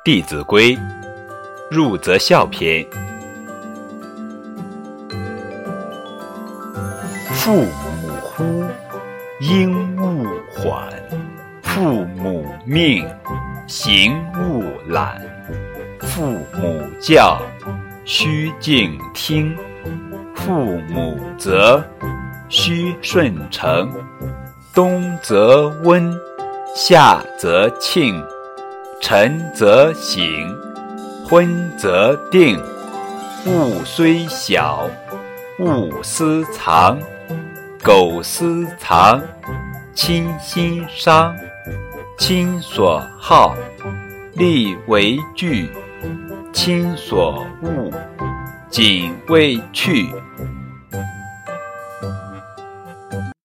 弟子规》入则孝篇。父母呼，应勿缓；父母命，行勿懒。父母教，须敬听；父母责，须顺承。冬则温，夏则庆，晨则省，昏则定。物虽小，勿私藏；苟私藏，亲心伤。亲所好，力为具；亲所恶，谨为去。